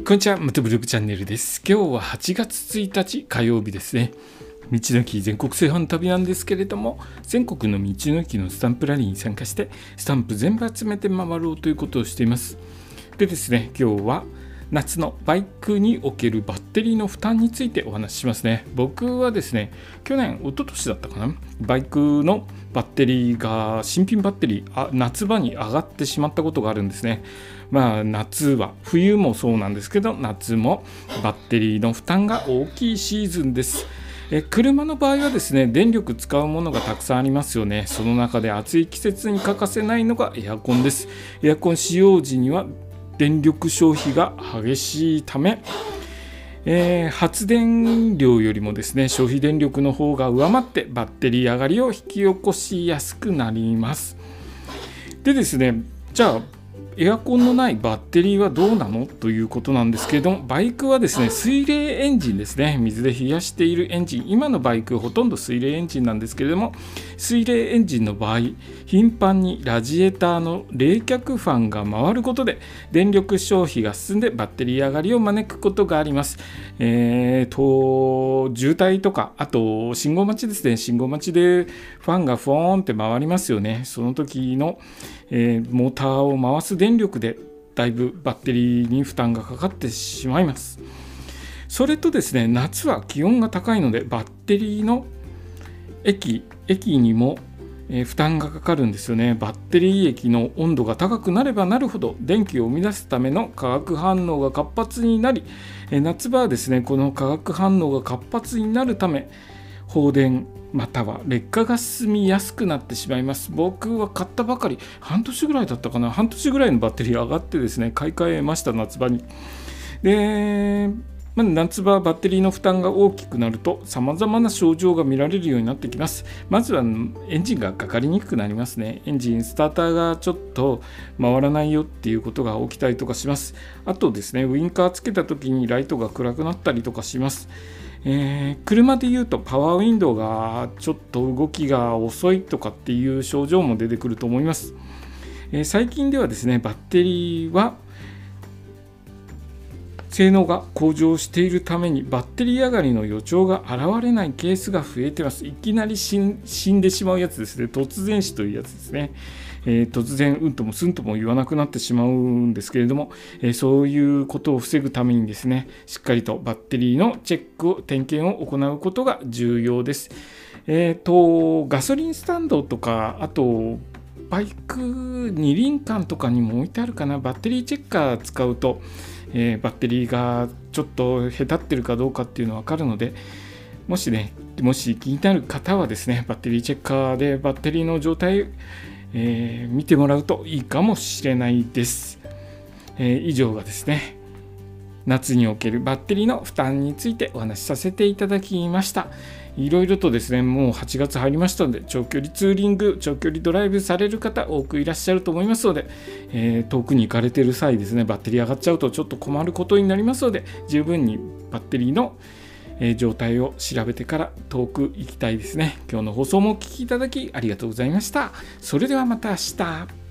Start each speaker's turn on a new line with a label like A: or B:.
A: こんにちは、元ブログチャンネルです。今日は8月1日火曜日ですね。道の駅全国製本旅なんですけれども、全国の道の駅のスタンプラリーに参加して、スタンプ全部集めて回ろうということをしています。でですね、今日は夏のバイクにおけるバッテリーの負担についてお話ししますね。僕はですね、一昨年だったかな、バイクのバッテリーが新品バッテリー夏場に上がってしまったことがあるんですね。夏は冬もそうなんですけど、夏もバッテリーの負担が大きいシーズンです。車の場合はですね、電力使うものがたくさんありますよね。その中で暑い季節に欠かせないのがエアコンです。エアコン使用時には電力消費が激しいため、発電量よりもですね、消費電力の方が上回ってバッテリー上がりを引き起こしやすくなります。でですね、じゃあエアコンのないバッテリーはどうなのということなんですけれども、バイクはですね、水冷エンジンですね。水で冷やしているエンジン、今のバイクほとんど水冷エンジンなんですけれども、水冷エンジンの場合、頻繁にラジエーターの冷却ファンが回ることで電力消費が進んでバッテリー上がりを招くことがあります。渋滞とか、あと信号待ちですね。信号待ちでファンがフォーンって回りますよね。その時のモーターを回す電力でだいぶバッテリーに負担がかかってしまいます。それとですね、夏は気温が高いのでバッテリーの液にも負担がかかるんですよね。バッテリー液の温度が高くなればなるほど電気を生み出すための化学反応が活発になり、夏場はですね、この化学反応が活発になるため放電または劣化が進みやすくなってしまいます。僕は買ったばかり半年ぐらいだったかな、半年ぐらいのバッテリー上がってですね、買い替えました。夏場に。で、夏場バッテリーの負担が大きくなると様々な症状が見られるようになってきます。まずはエンジンがかかりにくくなりますね。エンジンスターターがちょっと回らないよっていうことが起きたりとかします。あとですね、ウインカーつけた時にライトが暗くなったりとかします。車でいうとパワーウィンドウがちょっと動きが遅いとかっていう症状も出てくると思います。最近ではですね、バッテリーは性能が向上しているためにバッテリー上がりの予兆が現れないケースが増えています。いきなり死んでしまうやつですね。突然死というやつですね。突然うんともすんとも言わなくなってしまうんですけれども、そういうことを防ぐためにですね、しっかりとバッテリーのチェック点検を行うことが重要です。ガソリンスタンドとか、あとバイク二輪館とかにも置いてあるかな、バッテリーチェッカー使うと、バッテリーがちょっとへたってるかどうかっていうのが分かるので、もし気になる方はですね、バッテリーチェッカーでバッテリーの状態を見てもらうといいかもしれないです。以上がですね、夏におけるバッテリーの負担についてお話しさせていただきました。いろいろとですね、もう8月入りましたので、長距離ツーリング、長距離ドライブされる方多くいらっしゃると思いますので、遠くに行かれている際ですね、バッテリー上がっちゃうとちょっと困ることになりますので、十分にバッテリーの状態を調べてから遠く行きたいですね。今日の放送もお聞きいただきありがとうございました。それではまた明日。